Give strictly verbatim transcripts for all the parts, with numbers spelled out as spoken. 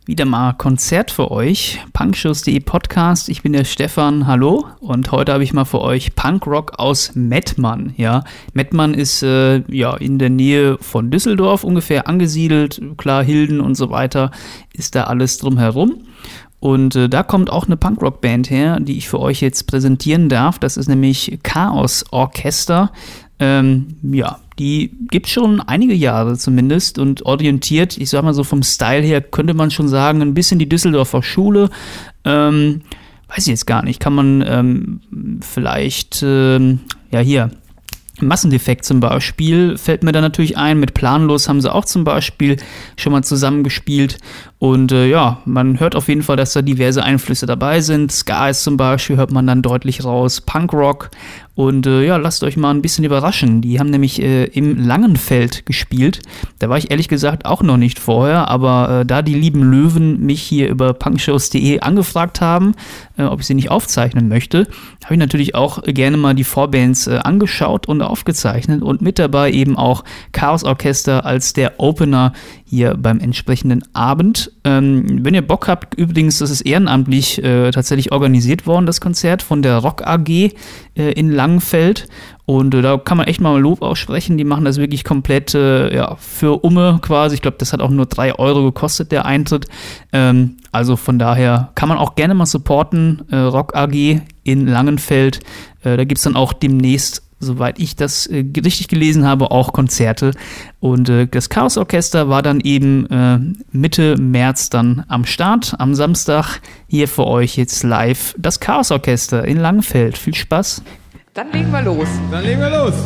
Wieder mal Konzert für euch, punkshows punkt de Podcast, ich bin der Stefan, hallo, und heute habe ich mal für euch Punkrock aus Mettmann, ja. Mettmann ist äh, ja in der Nähe von Düsseldorf ungefähr angesiedelt, klar, Hilden und so weiter, ist da alles drumherum. Und äh, da kommt auch eine Punkrock-Band her, die ich für euch jetzt präsentieren darf, das ist nämlich Chaos Orchester. Ähm, ja, die gibt es schon einige Jahre zumindest und orientiert, ich sag mal so vom Style her, könnte man schon sagen, ein bisschen die Düsseldorfer Schule. Ähm, weiß ich jetzt gar nicht, kann man ähm, vielleicht, ähm, ja hier, Massendefekt zum Beispiel fällt mir da natürlich ein, mit Planlos haben sie auch zum Beispiel schon mal zusammengespielt und äh, ja, man hört auf jeden Fall, dass da diverse Einflüsse dabei sind. Ska ist zum Beispiel, hört man dann deutlich raus, Punkrock und äh, ja, lasst euch mal ein bisschen überraschen. Die haben nämlich äh, im Langenfeld gespielt, da war ich ehrlich gesagt auch noch nicht vorher, aber äh, da die lieben Löwen mich hier über punkshows punkt de angefragt haben, äh, ob ich sie nicht aufzeichnen möchte, habe ich natürlich auch gerne mal die Vorbands äh, angeschaut und aufgezeichnet und mit dabei eben auch Chaos Orchester als der Opener hier beim entsprechenden Abend. Ähm, wenn ihr Bock habt, übrigens, das ist ehrenamtlich äh, tatsächlich organisiert worden, das Konzert von der Rock A G äh, in Langenfeld. Und äh, da kann man echt mal Lob aussprechen. Die machen das wirklich komplett äh, ja, für Umme quasi. Ich glaube, das hat auch nur drei Euro gekostet, der Eintritt. Ähm, also von daher kann man auch gerne mal supporten. Äh, Rock A G in Langenfeld. Äh, da gibt es dann auch demnächst, soweit ich das äh, richtig gelesen habe, auch Konzerte. Und äh, das Chaos Orchester war dann eben äh, Mitte März dann am Start, am Samstag. Hier für euch jetzt live das Chaos Orchester in Langenfeld. Viel Spaß. Dann legen wir los. Dann legen wir los.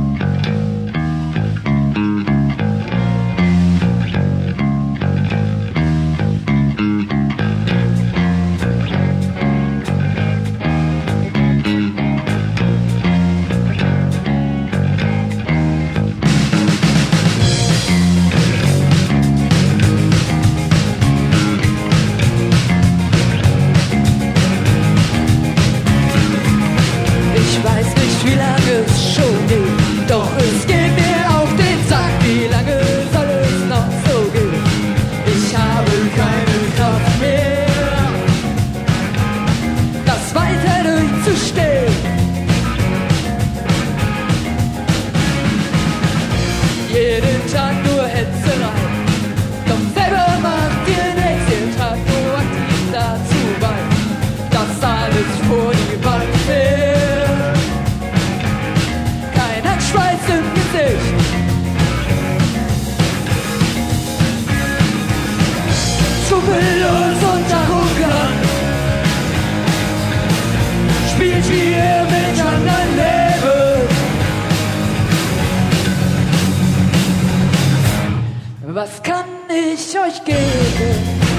Was kann ich euch geben?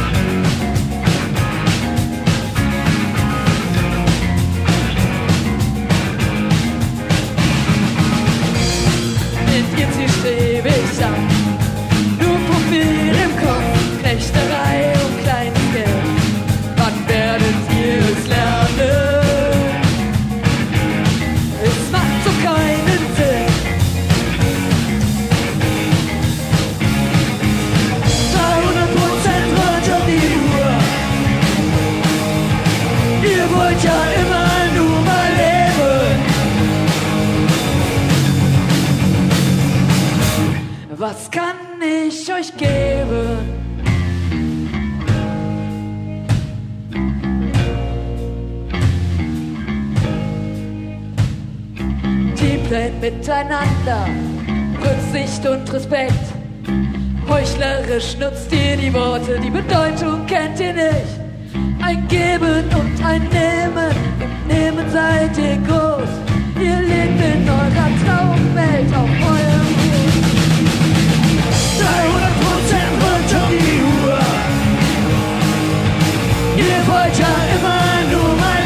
Mit ihr sie strebe ich an, nur Profil im Kopf, Knechterei und kleines Geld. Wann werdet ihr es lernen? Es macht so keinen Sinn. Wollt ja immer nur mal leben. Was kann ich euch geben? Teamplay miteinander, Rücksicht und Respekt. Heuchlerisch nutzt ihr die Worte, die Bedeutung kennt ihr nicht. Ein Geben und ein Nehmen, im Nehmen seid ihr groß. Ihr lebt in eurer Traumwelt auf eurem Weg. dreihundert Prozent rund um die Uhr. Ihr wollt ja immer nur mal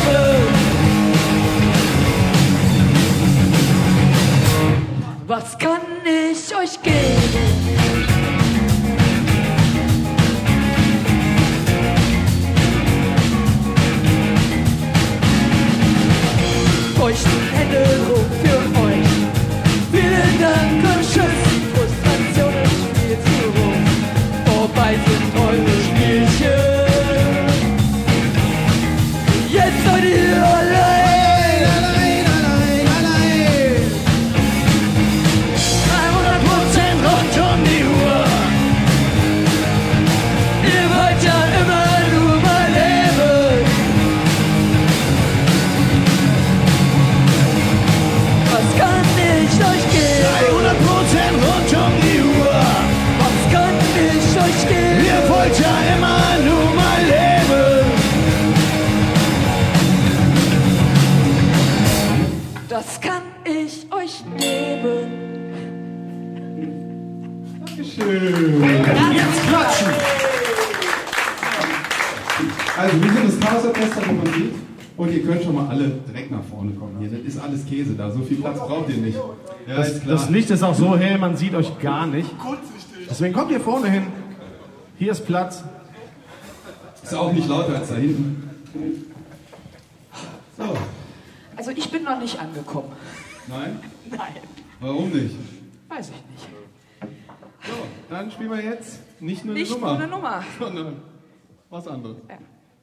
leben. Was kann ich euch geben? Feuchten Hände hoch für euch. Vielen Dank und tschüss. Frustrationen spielt Also, wir sind das Chaos-Orchester, wo man sieht. Und ihr könnt schon mal alle direkt nach vorne kommen. Hier, das ist alles Käse da. So viel Platz braucht ihr nicht. Ja, das, ist klar. Das Licht ist auch so hell, man sieht euch gar nicht. Deswegen kommt ihr vorne hin. Hier ist Platz. Ist auch nicht lauter als da hinten. So. Also ich bin noch nicht angekommen. Nein? Nein. Warum nicht? Weiß ich nicht. So, dann spielen wir jetzt nicht nur eine Nicht Nummer. nur eine Nummer. Sondern was anderes. Ja.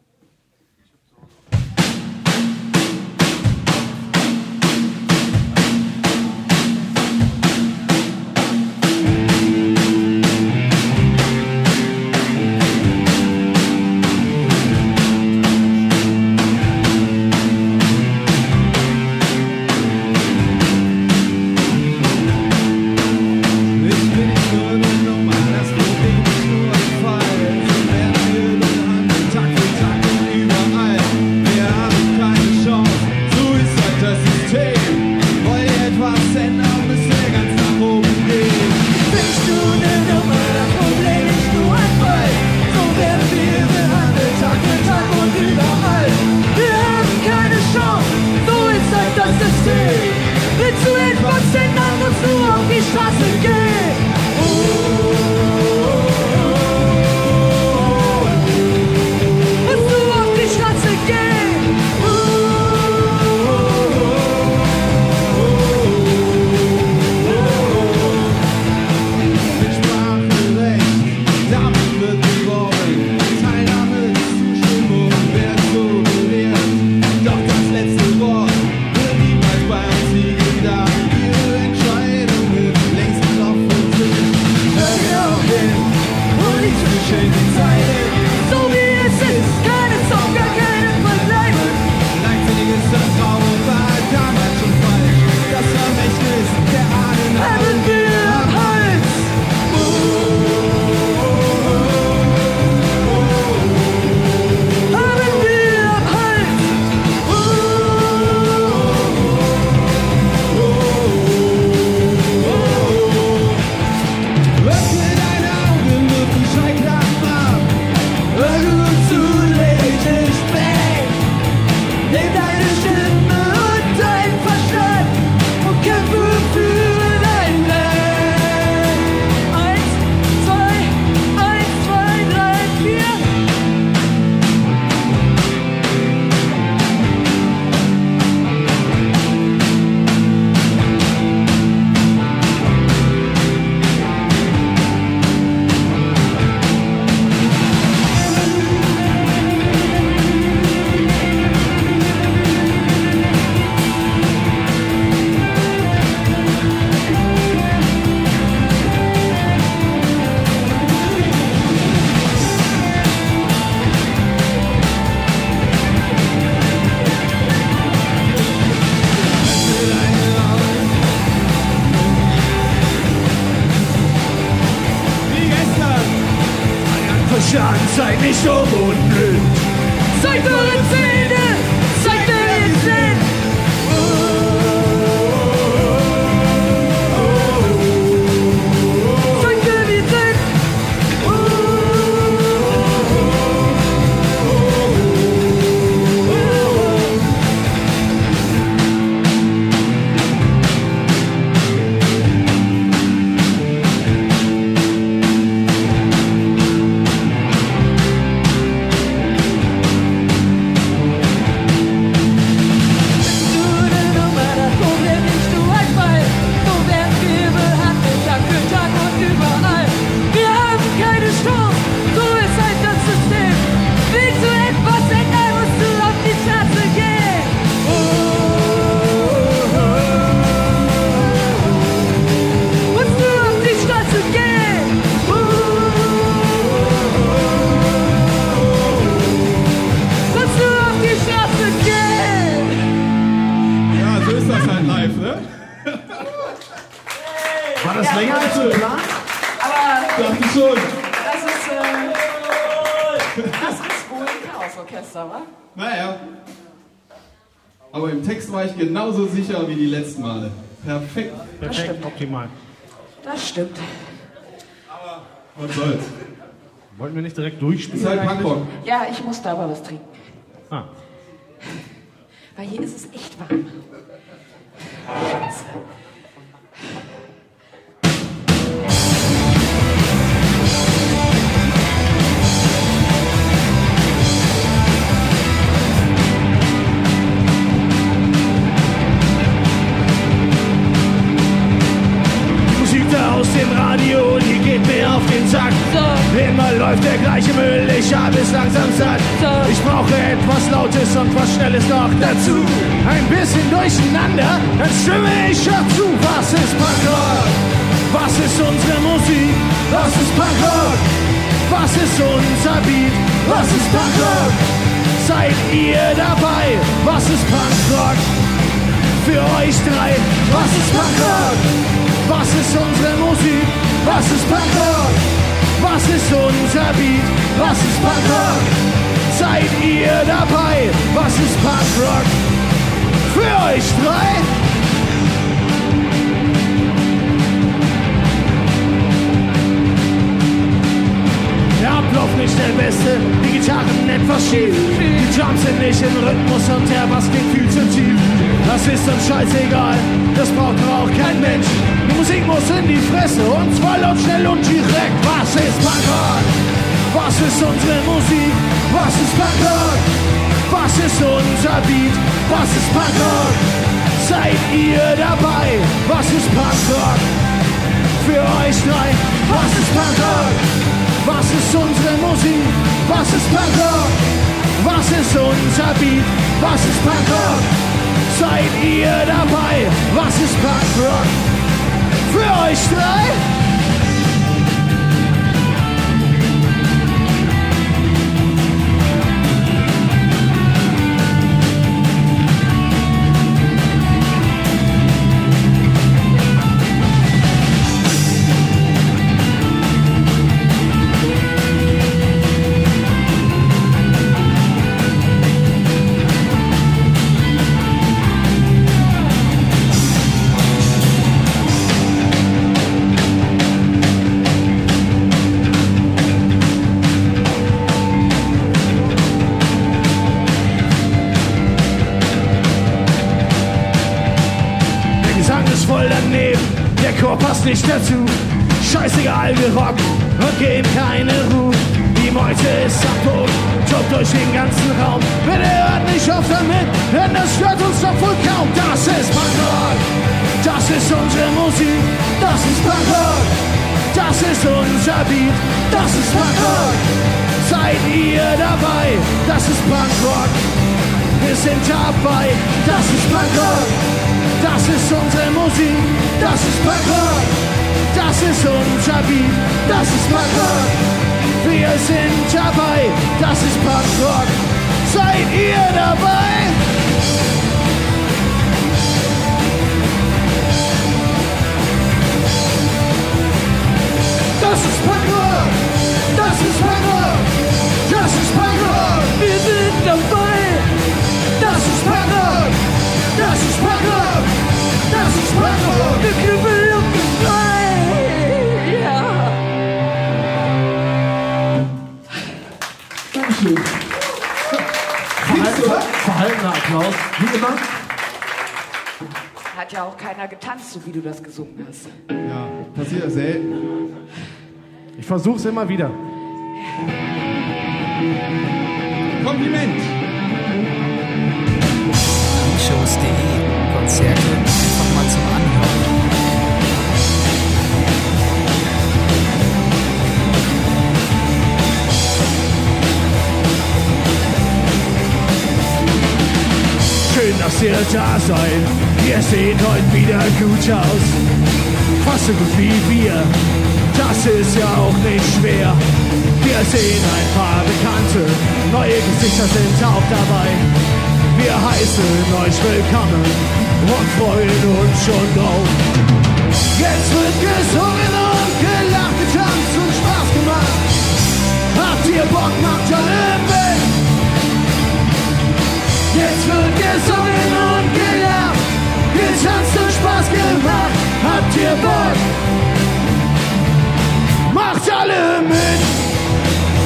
Seid nicht dumm und blöd. Zeigt eure Zähne, zeigt wer ihr seid. Zeigt wer wir sind. War das länger als geplant? Aber Dachte schon. das ist, äh, das ist wohl ein Chaos-Orchester, wa? Naja. Aber im Text war ich genauso sicher wie die letzten Male. Perfekt. Perfekt, optimal. Das stimmt. Was soll's. Wollten wir nicht direkt durchspielen? Ist halt Punkrock. Ja, ich musste aber was trinken. Ah. Weil hier ist es echt warm. Scheiße. Aus dem Radio, die geht mir auf den Sack. So. Immer läuft der gleiche Müll, ich hab es langsam satt. So. Ich brauche etwas Lautes und was Schnelles noch dazu. Ein bisschen durcheinander, dann stimme ich auch zu. Was ist Punkrock? Was ist unsere Musik? Was ist Punkrock? Was ist unser Beat? Was ist Punkrock? Seid ihr dabei? Was ist Punkrock? Für euch drei, was ist Punkrock? Was ist unsere Musik? Was ist Punkrock? Was ist unser Beat? Was ist Punkrock? Seid ihr dabei? Was ist Punkrock? Für euch drei? Der Ablauf nicht der beste, die Gitarren etwas schief. Die Drums sind nicht im Rhythmus und der Bass klingt viel zu tief. Das ist uns scheißegal, das braucht auch kein Mensch. Die Musik muss in die Fresse und zwar laut, schnell und direkt. Was ist Punkrock? Was ist unsere Musik? Was ist Punkrock? Was ist unser Beat? Was ist Punkrock? Seid ihr dabei? Was ist Punkrock? Für euch drei, was ist Punkrock? Was ist unsere Musik? Was ist Punkrock? Was ist unser Beat? Was ist Punkrock? Seid ihr dabei? Was ist Punkrock? Für euch drei? Passt nicht dazu, scheißegal, wir rocken und geben keine Ruhe. Die Meute ist am Punkt, tobt durch den ganzen Raum. Bitte hört nicht auf damit, denn das stört uns doch wohl kaum. Das ist Punkrock, das ist unsere Musik, das ist Punkrock, das ist unser Beat, das ist Punkrock. Seid ihr dabei, das ist Punkrock, wir sind dabei, das ist Punkrock. Das ist unsere Musik, das ist Punkrock, das ist unser Beat, das ist Punkrock. Wir sind dabei, das ist Punkrock. Seid ihr dabei? Das ist Punkrock, das ist Punkrock, das ist Punkrock. Wir sind dabei. Das ist Punkrock, das ist Punkrock, das ist Punkrock. Wir knüppeln und geschrei. Ja. Dankeschön. Verhalten, verhaltener Applaus, wie immer. Hat ja auch keiner getanzt, so wie du das gesungen hast. Ja, passiert ja selten. Ich versuch's immer wieder. Kompliment. Shows punkt de Konzerte einfach mal zum Anhören. Schön, dass ihr da seid. Ihr seht heute wieder gut aus. Fast so gut wie wir. Das ist ja auch nicht schwer. Wir sehen ein paar Bekannte. Neue Gesichter sind auch dabei. Wir heißen euch willkommen und freuen uns schon drauf. Jetzt wird gesungen und gelacht, getanzt und Spaß gemacht. Habt ihr Bock, macht alle mit. Jetzt wird gesungen und gelacht, getanzt und Spaß gemacht. Habt ihr Bock, macht alle mit.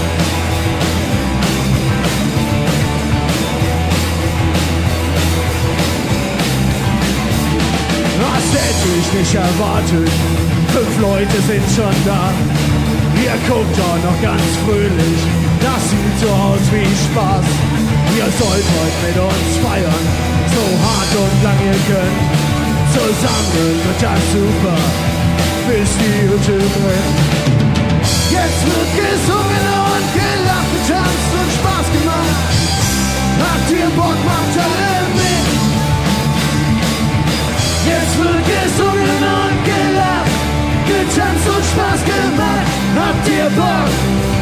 mich erwartet. Fünf Leute sind schon da. Ihr guckt doch noch ganz fröhlich. Das sieht so aus wie Spaß. Ihr sollt heute mit uns feiern, so hart und lang ihr könnt. Zusammen wird das super, bis die Hütte brennt. Jetzt wird gesungen und gelacht, getanzt und Spaß gemacht. Habt ihr Bock, macht alle mit. Jetzt wird gesungen und gelacht, getanzt und Spaß gemacht. Habt ihr Bock,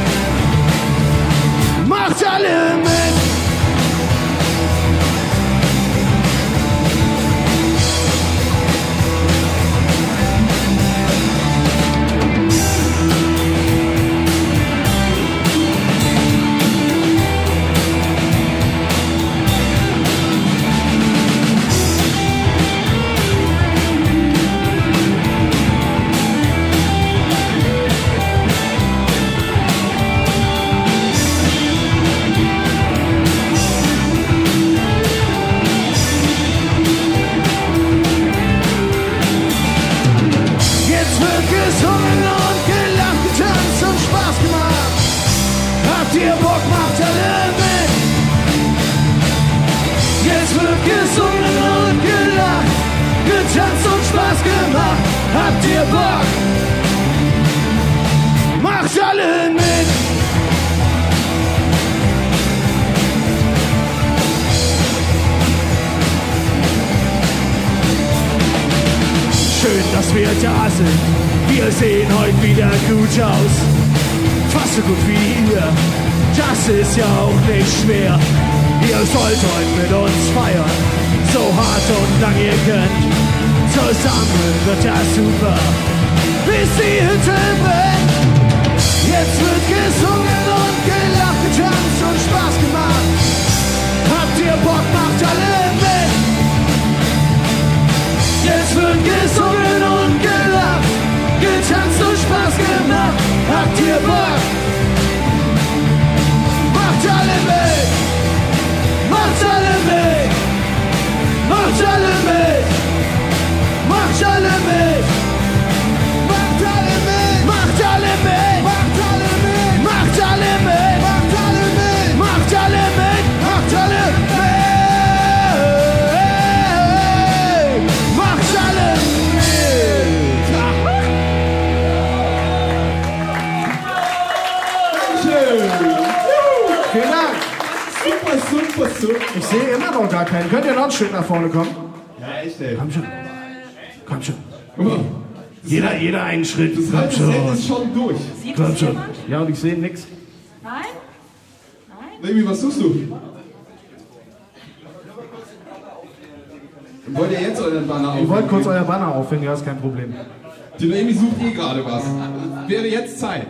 macht alle mit. Habt ihr Bock? Macht alle mit! Schön, dass wir da sind. Wir sehen heute wieder gut aus. Fast so gut wie ihr. Das ist ja auch nicht schwer. Ihr sollt heute mit uns feiern. So hart und lang ihr könnt. Zusammen wird das super, bis die Hütte brennt. Jetzt wird gesungen und gelacht, getanzt und Spaß gemacht. Habt ihr Bock, macht alle mit. Jetzt wird gesungen und gelacht, getanzt und Spaß gemacht. Habt ihr Bock, macht alle mit. Macht alle mit. Macht alle mit. Macht alle mit! Macht alle mit! Macht alle mit! Macht alle mit! Macht alle mit! Macht alle mit! Macht alle mit! Macht alle mit! Dankeschön! Vielen Dank. Super, super, super. Ich sehe immer noch gar keinen. Könnt ihr noch ein Stück nach vorne kommen? Ja, echt, ey. Komm schon. Komm schon. Guck mal. Jeder, jeder einen Schritt. Das Komm halbe Set schon. ist schon durch. Sieht Komm das schon. jemand? Ja, und ich sehe nix. Nein? Nein? Baby, was tust du? Wollt ihr jetzt euren Banner aufhängen? Ihr wollt kurz euer Banner aufhängen, ja, ist kein Problem. Die Baby sucht eh gerade was. Wäre jetzt Zeit.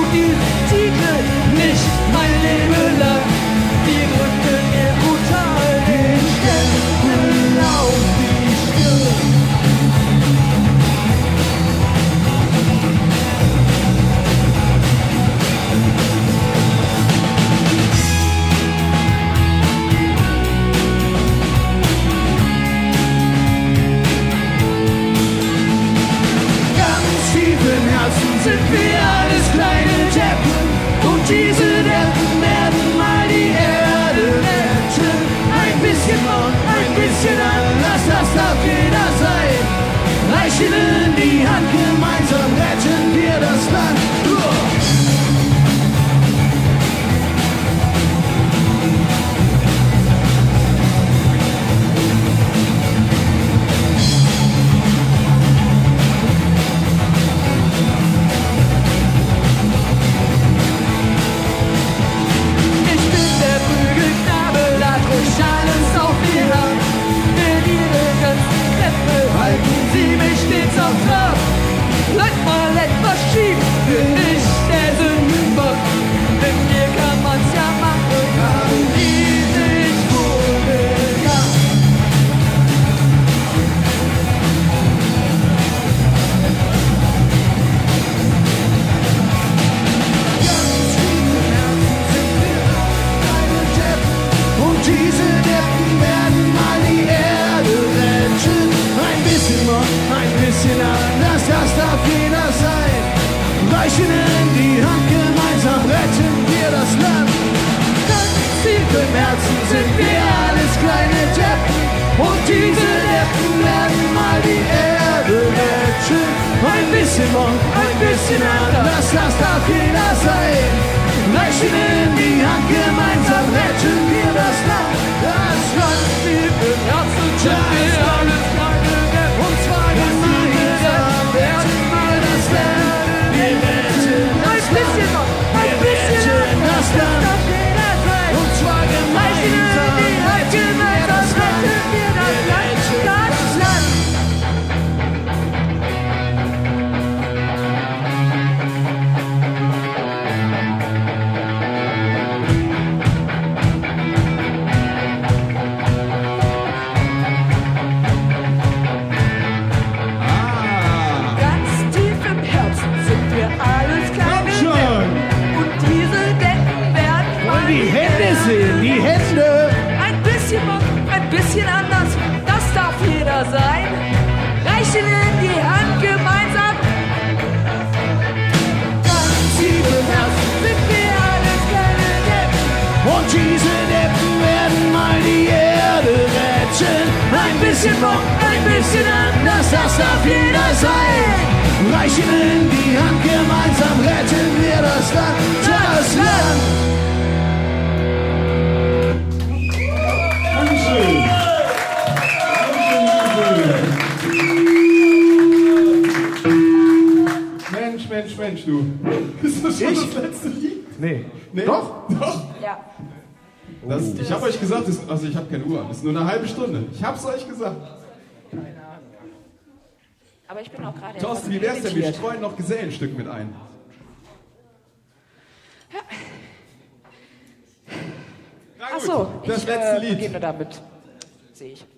diesen Titel nicht mein Leben lang. Wir gründen mir brutal den Stempel auf die Stirn. Sind wir alles kleine Deppen und diese Deppen werden mal die Erde retten. Ein bisschen Mord, ein bisschen Anlass, das darf jeder sein. Reichen in die Hand, gemeinsam retten wir das Land. Uah. Läuft mal etwas schief, bin ich der Sündenbock. Mit mir kann man's ja machen, haben die sich wohl gedacht. Ganz viele Herzen sind wir kleine Deppen und diese Deppen werden mal die Erde retten. Ein bisschen Mord, ein bisschen anders, das darf jeder sein. Reichen in die Hand, gemeinsam retten wir das Land. Ganz tief im Herzen sind wir alles kleine Deppen und diese Deppen werden mal die Erde retten. Ein bisschen Mord, ein bisschen anders, das darf jeder sein. Reichen in die Hand, gemeinsam retten wir das Land. Das Land tief im Herzen sind wir alles kleine Deppen und zwar gemeinsam werden wir das Land. Wir retten das Land, wir retten das Land und zwar gemeinsam retten wir das Land. Wir retten das Land. Ganz tief im Herzen sind wir alles kleine Deppen und diese Deppen werden mal Die Hände sehen, die Hände. ein bisschen Bock, ein bisschen anders, das darf jeder sein. Reichen in die Hand gemeinsam. Ganz tief im Herzen sind wir alles kleine Deppen. Und diese Deppen werden mal die Erde retten. Ein bisschen Bock, ein bisschen anders, das darf jeder sein. Reichen in die Hand, gemeinsam retten wir das Land, das Land. Dankeschön. Mensch, Mensch, Mensch, du. Ist das schon Ich? das letzte Lied? Nee. Nee? Doch? Doch. Ja. Das, ich habe euch gesagt, das, also ich habe keine Uhr, das ist nur eine halbe Stunde. Ich hab's euch gesagt. Aber ich bin auch gerade Thorsten, wie wär's denn? Wir streuen noch Gesellenstück mit ein. Na gut, Ach so, das ich letzte äh, Lied. beginne damit. Sehe ich.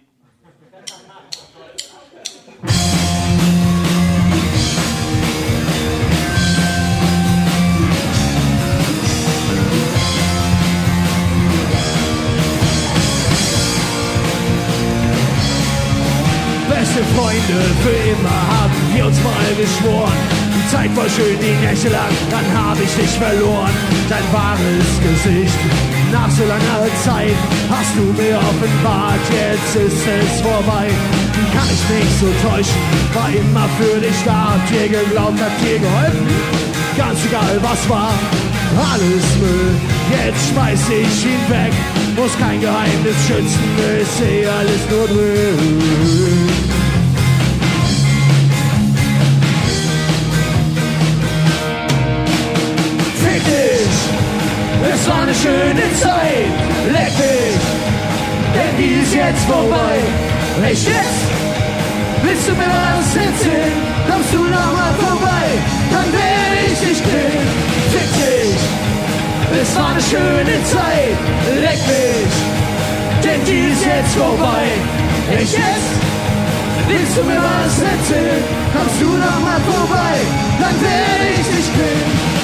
Beste Freunde, für immer haben wir uns mal geschworen. Die Zeit war schön, die Nächte lang, dann hab ich dich verloren. Dein wahres Gesicht, nach so langer Zeit hast du mir offenbart, jetzt ist es vorbei. Kann ich nicht so täuschen, war immer für dich da, hab dir geglaubt, hab dir geholfen. Ganz egal was war, alles Müll, jetzt schmeiß ich ihn weg. Muss kein Geheimnis schützen, ich seh alles nur Müll. Fick dich, es war eine schöne Zeit, leck dich, denn die ist jetzt vorbei. Echt jetzt? Willst du mir was erzählen? Kommst du noch mal vorbei? Dann werde ich dich killen. Es war eine schöne Zeit, leck mich, denn die ist jetzt vorbei. Echt jetzt? Willst du mir was erzählen? Kommst du noch mal vorbei, dann werde ich dich quälen.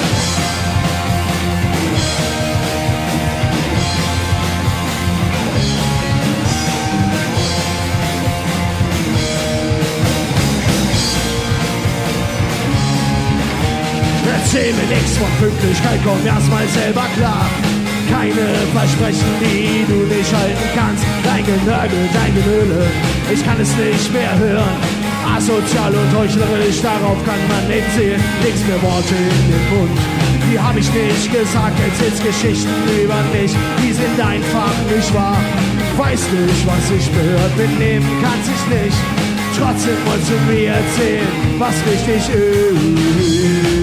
Erzähl mir nichts von Pünktlichkeit, komm erstmal selber klar. Keine Versprechen, die du nicht halten kannst. Dein Genörgel, dein Genöle, ich kann es nicht mehr hören. Asozial und heuchlerisch, darauf kann man nicht sehen. Nix mehr Worte in den Mund, die hab ich nicht gesagt. Erzählst Geschichten über mich, die sind einfach nicht wahr. Weiß nicht, was ich gehört, mitnehmen kannst ich nicht. Trotzdem wolltest du mir erzählen, was richtig ist.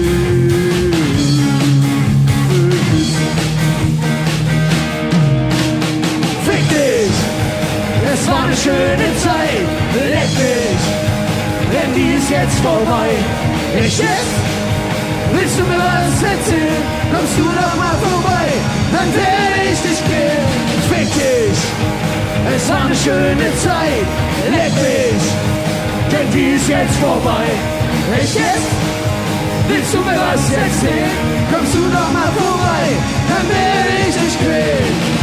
Es war eine schöne Zeit, leck mich, denn die ist jetzt vorbei. Echt jetzt? Willst du mir was erzählen? Kommst du noch mal vorbei, dann werde ich dich quälen. Fick dich, es war eine schöne Zeit, leck mich, denn die ist jetzt vorbei. Echt jetzt? Willst du mir was erzählen? Kommst du noch mal vorbei, dann werde ich dich quälen.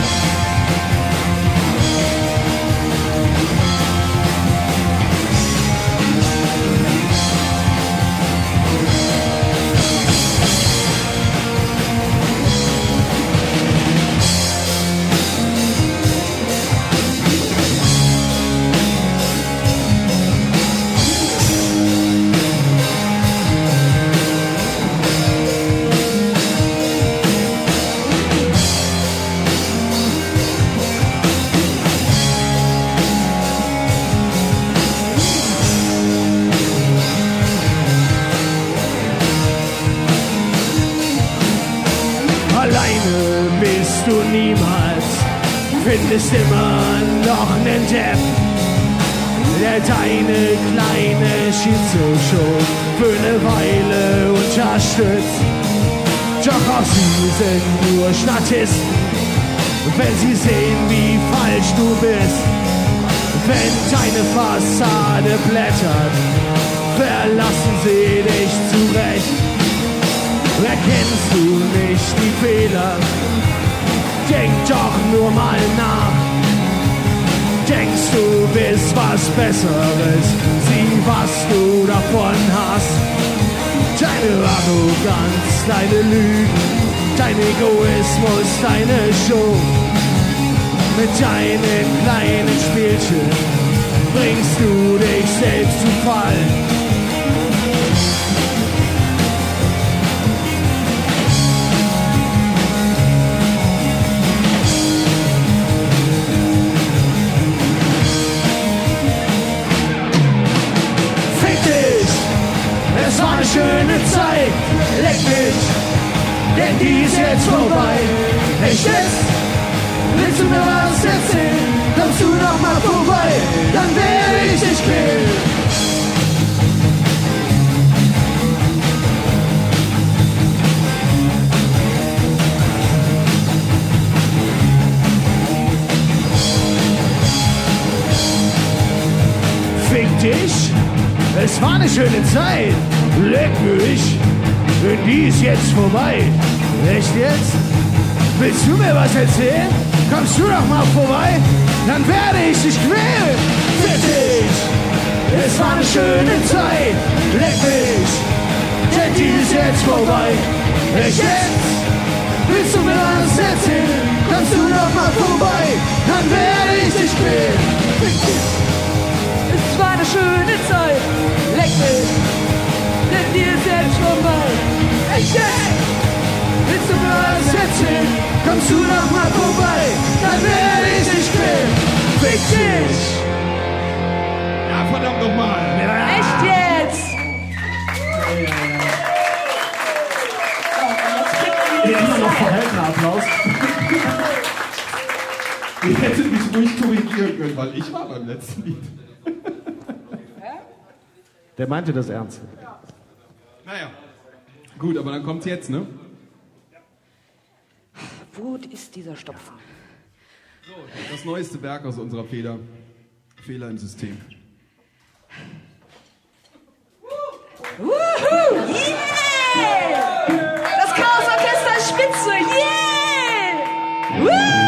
Du niemals findest immer noch nen Depp, der deine kleine Schizo-Show für eine Weile unterstützt. Doch auch sie sind nur Statisten, wenn sie sehen, wie falsch du bist. Wenn deine Fassade blättert, verlassen sie dich zurecht. Erkennst du nicht die Fehler? Denk doch nur mal nach. Denkst du bist was Besseres? Sieh, was du davon hast. Deine Arroganz, deine Lügen, dein Egoismus, deine Show. Mit deinen kleinen Spielchen bringst du dich selbst zu Fall. Es war eine schöne Zeit, leck mich, denn die ist jetzt vorbei. Echt jetzt? Willst du mir was erzählen? Kommst du noch mal vorbei, dann werde ich dich quälen. Fick dich, es war eine schöne Zeit. Leck mich, denn die ist jetzt vorbei. Echt jetzt? Willst du mir was erzählen? Kommst du doch mal vorbei, dann werde ich dich quälen. Fick dich, es war eine schöne Zeit. Leck mich, denn die ist jetzt vorbei. Echt jetzt? Willst du mir was erzählen? Kommst du doch mal vorbei, dann werde ich dich quälen. Fick dich, es war eine schöne Zeit. Leck mich, denn die ist jetzt vorbei. Echt jetzt? Willst du mir was erzählen? Kommst du noch mal vorbei, dann werde ich dich quälen. Fick dich! Ja, verdammt nochmal. Echt jetzt? Immer noch verhaltener Applaus. Ihr hättet mich ruhig korrigieren können, weil ich war beim letzten Lied. Der meinte das ernst. Naja. Gut, aber dann kommt's jetzt, ne? Wo ist dieser Stopfen? So, das neueste Werk aus unserer Feder. Fehler im System. Woohoo! Yeah! Das Chaosorchester ist spitze! Yeah! Woo!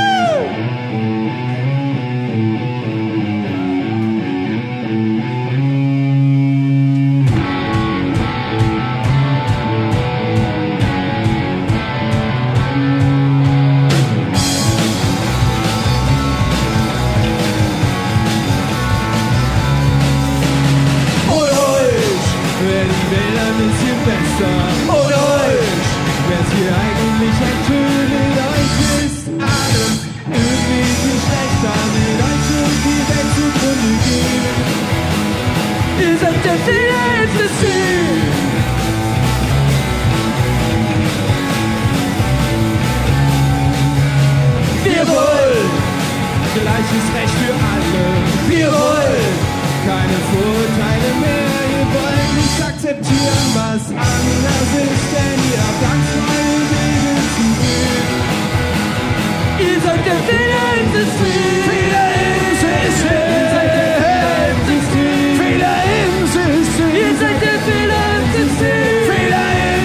Gleiches Recht für alle. Wir wollen keine Vorurteile mehr. Wir wollen nicht akzeptieren, was anders ist, denn ihr habt Angst, neue Wege zu gehen. Ihr seid der Fehler im System. Fehler im System. Ihr seid der Fehler im System. Fehler im System. Ihr seid der Fehler im System. Fehler im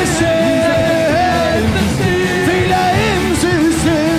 System. Fehler im System.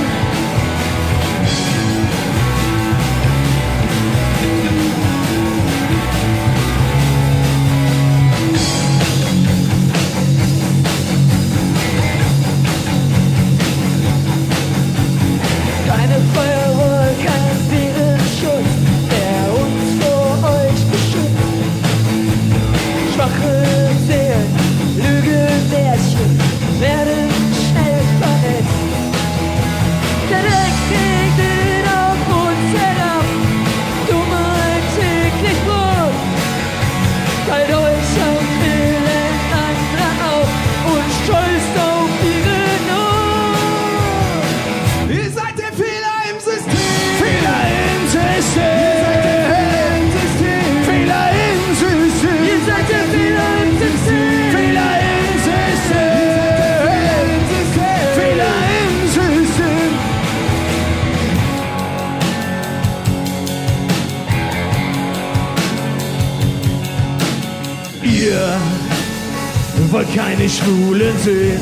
Keine Firewall, kein Virenschutz, der uns vor euch beschützt. Schwache Seelen, Lügenmärchen werden schnell vernetzt. Der Dreck regnet auf uns herab, Dummheit täglich Brot. Teilt euch auf Willen anderer auf und stolz auf ihre Not. Ihr seid der Fehler im System. Fehler im System. Fehler im System. Ihr seid der Fehler im System. Fehler im System. Fehler im System. Ihr wollt keine Schwulen sehen.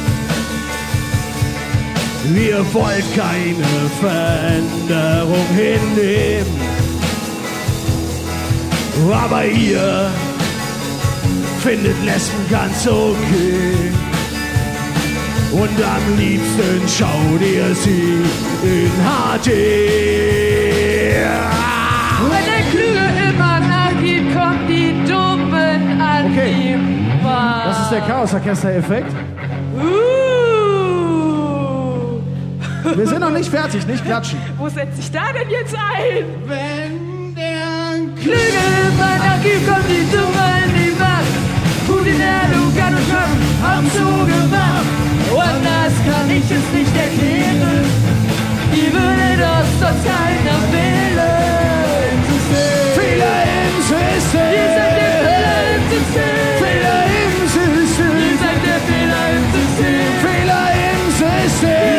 Wir wollt keine Veränderung hinnehmen. Aber ihr findet Lesben ganz okay. Und am liebsten schaut ihr sie in H D. Wenn der Klüge immer nachgibt, kommt die Dummen an Okay. ihm vorbei. Das ist der Chaosorchester-Effekt. Uh. Wir sind noch nicht fertig, nicht klatschen. Wo setzt sich da denn jetzt ein? Wenn der Klüge immer nachgibt, kommt die Dummen an die Macht. Putin, Erdogan und Trump haben zugemacht. Anders kann ich es nicht erklären. Die Würde das sonst keiner wählen. Fehler im System. Ihr seid der Fehler im System. Fehler im System. Ihr seid der Fehler im System. Fehler im System.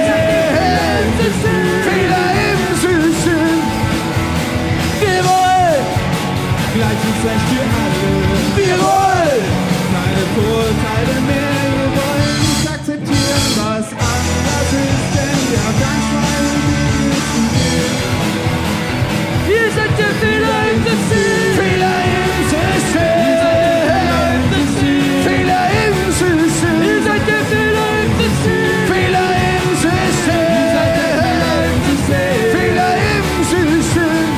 Fehler im System. Wir wollen Gleiches Recht für alle. Wir wollen keine Vorurteile mehr. Wir wollen nicht akzeptieren, was anders ist, denn wir haben Angst, neue Wege zu gehen. Ihr seid der Fehler im System. Fehler im System. Fehler im System. Ihr seid der Fehler im System. Fehler im System. Fehler im System.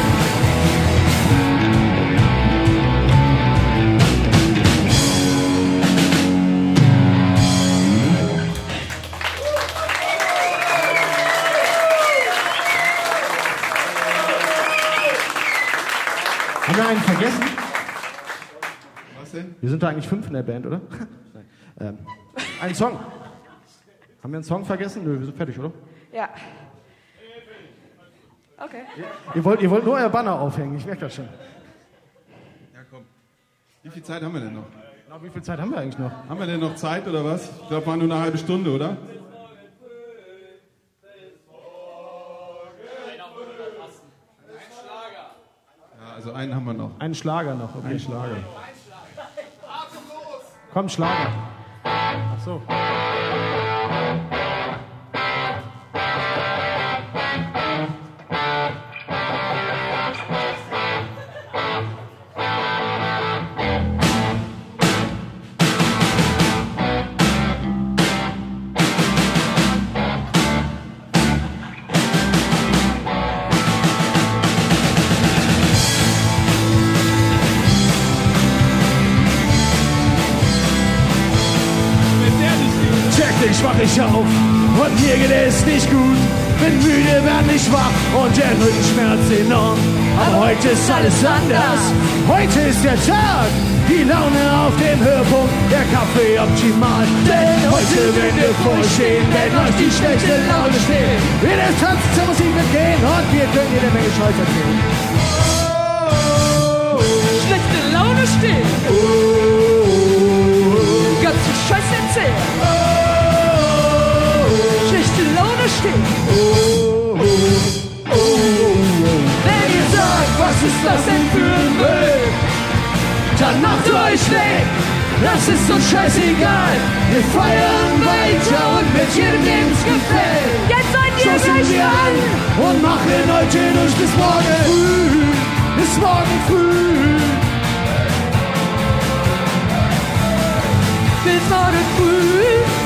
Haben wir einen vergessen? Was denn? Wir sind da eigentlich fünf in der Band, oder? ähm, ein Song. Haben wir einen Song vergessen? Nö, wir sind fertig, oder? Ja. Okay. Ihr wollt, ihr wollt nur euer Banner aufhängen, ich merke das schon. Ja, komm. Wie viel Zeit haben wir denn noch? Na, wie viel Zeit haben wir eigentlich noch? Haben wir denn noch Zeit oder was? Ich glaube, war nur eine halbe Stunde, oder? Einen Schlager noch, okay. Ein Schlager. Komm, Schlager. Ach so. Ich wach ich auf und mir geht es nicht gut. Bin müde, werd nicht wach und der Rückenschmerz enorm. Aber heute ist alles anders. Heute ist der Tag, die Laune auf dem Höhepunkt, der Kaffee optimal. Denn heute werden wir vorstehen, wenn euch die schlechte Laune steht. Wir werden tanzen zur Musik mitgehen und wir können jede Menge Scheiß erzählen. Schlechte Laune steht. Ganz viel Scheiß erzählen. Schlechte Laune steht. Wenn ihr sagt, was ist das denn für ein Müll, dann macht euch weg, das ist uns scheißegal. Wir feiern weiter und mit jedem, dem's gefällt. Jetzt seid ihr gleich wir an und machen heute durch bis morgen früh. Bis morgen früh. Bis morgen früh.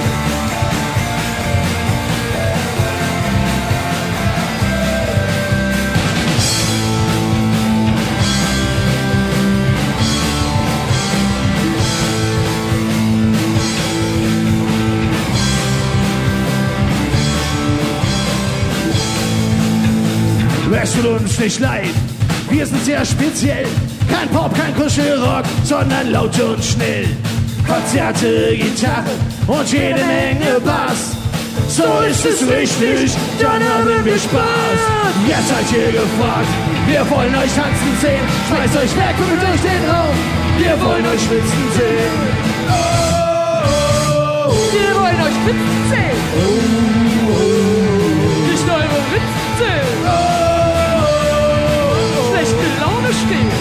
Es tut uns nicht leid, wir sind sehr speziell. Kein Pop, kein Kuschelrock, sondern laut und schnell. Konzerte, Gitarre und jede Menge Bass. So ist es richtig, dann haben wir Spaß. Jetzt seid ihr gefragt, wir wollen euch tanzen sehen. Schmeißt euch weg und durch den Raum, wir wollen euch schwitzen sehen. Oh, oh, oh. Wir wollen euch schwitzen sehen. Oh, oh, oh. Nicht eure Witzen sehen. Oh, Schlechte Laune steht.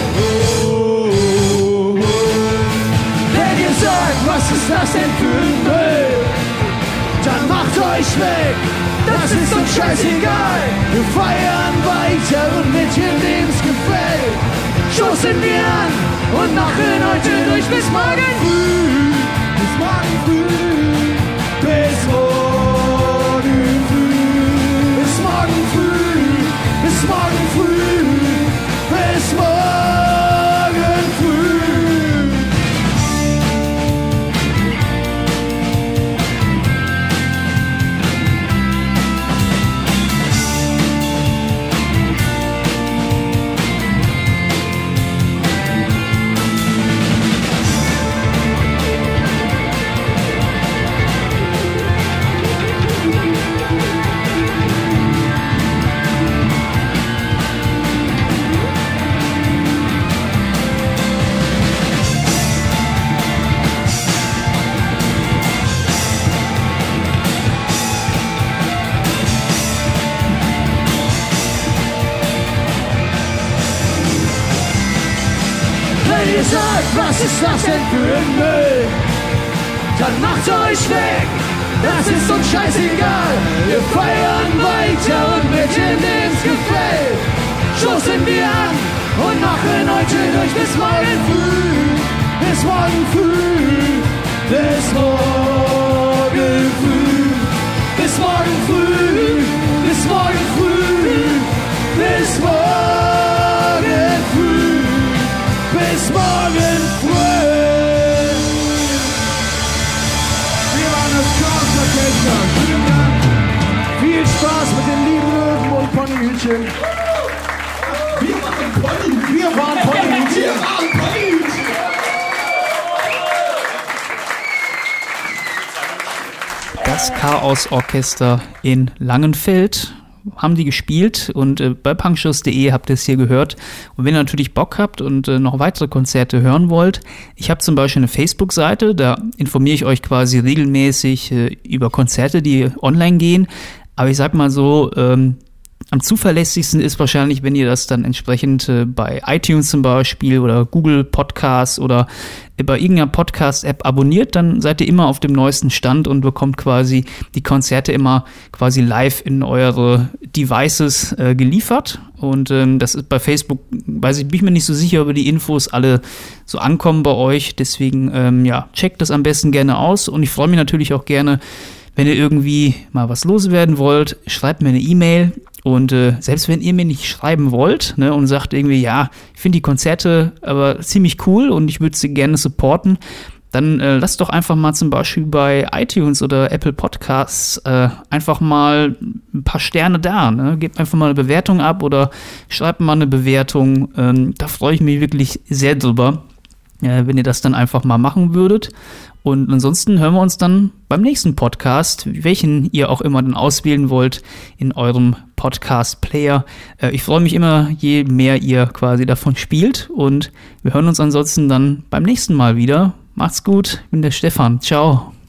Wenn ihr sagt, was ist das denn für ein Müll, dann macht euch weg, das ist uns scheißegal. Wir feiern weiter und mit jedem, dem's gefällt, stoßen wir an und machen heute durch bis morgen früh. Bis morgen früh. Bis morgen früh. Bis morgen früh. Bis morgen früh. Bis morgen früh. Wenn ihr sagt, was ist das denn für ein Müll, dann macht euch weg, das ist uns scheißegal. Wir feiern weiter und mit dem, dem's gefällt, stoßen wir an und machen heute durch bis morgen früh. Bis morgen früh. Bis morgen früh. Bis morgen früh. Bis morgen früh. Bis morgen früh. Bis morgen früh. Wir waren das Chaos-Orchester. Vielen Dank. Viel Spaß mit den lieben Löwen und Ponyhütchen. Wir waren Ponyhütchen. Wir waren Ponyhütchen. Wir waren Ponyhütchen. Das Chaos-Orchester in Langenfeld haben die gespielt und äh, bei punkshows punkt de habt ihr es hier gehört. Und wenn ihr natürlich Bock habt und äh, noch weitere Konzerte hören wollt, ich habe zum Beispiel eine Facebook-Seite, da informiere ich euch quasi regelmäßig äh, über Konzerte, die online gehen. Aber ich sag mal so, ähm, am zuverlässigsten ist wahrscheinlich, wenn ihr das dann entsprechend äh, bei iTunes zum Beispiel oder Google Podcasts oder bei irgendeiner Podcast-App abonniert, dann seid ihr immer auf dem neuesten Stand und bekommt quasi die Konzerte immer quasi live in eure Devices äh, geliefert. Und ähm, das ist bei Facebook, weiß ich, bin ich mir nicht so sicher, ob die Infos alle so ankommen bei euch. Deswegen, ähm, ja, checkt das am besten gerne aus. Und ich freue mich natürlich auch gerne, wenn ihr irgendwie mal was loswerden wollt, schreibt mir eine E-Mail. Und äh, selbst wenn ihr mir nicht schreiben wollt, ne, und sagt irgendwie, ja, ich finde die Konzerte aber ziemlich cool und ich würde sie gerne supporten, dann äh, lasst doch einfach mal zum Beispiel bei iTunes oder Apple Podcasts äh, einfach mal ein paar Sterne da. Ne? Gebt einfach mal eine Bewertung ab oder schreibt mal eine Bewertung. Ähm, da freue ich mich wirklich sehr drüber, äh, wenn ihr das dann einfach mal machen würdet. Und ansonsten hören wir uns dann beim nächsten Podcast, welchen ihr auch immer dann auswählen wollt in eurem Podcast-Player. Äh, ich freue mich immer, je mehr ihr quasi davon spielt. Und wir hören uns ansonsten dann beim nächsten Mal wieder. Macht's gut, ich bin der Stefan. Ciao.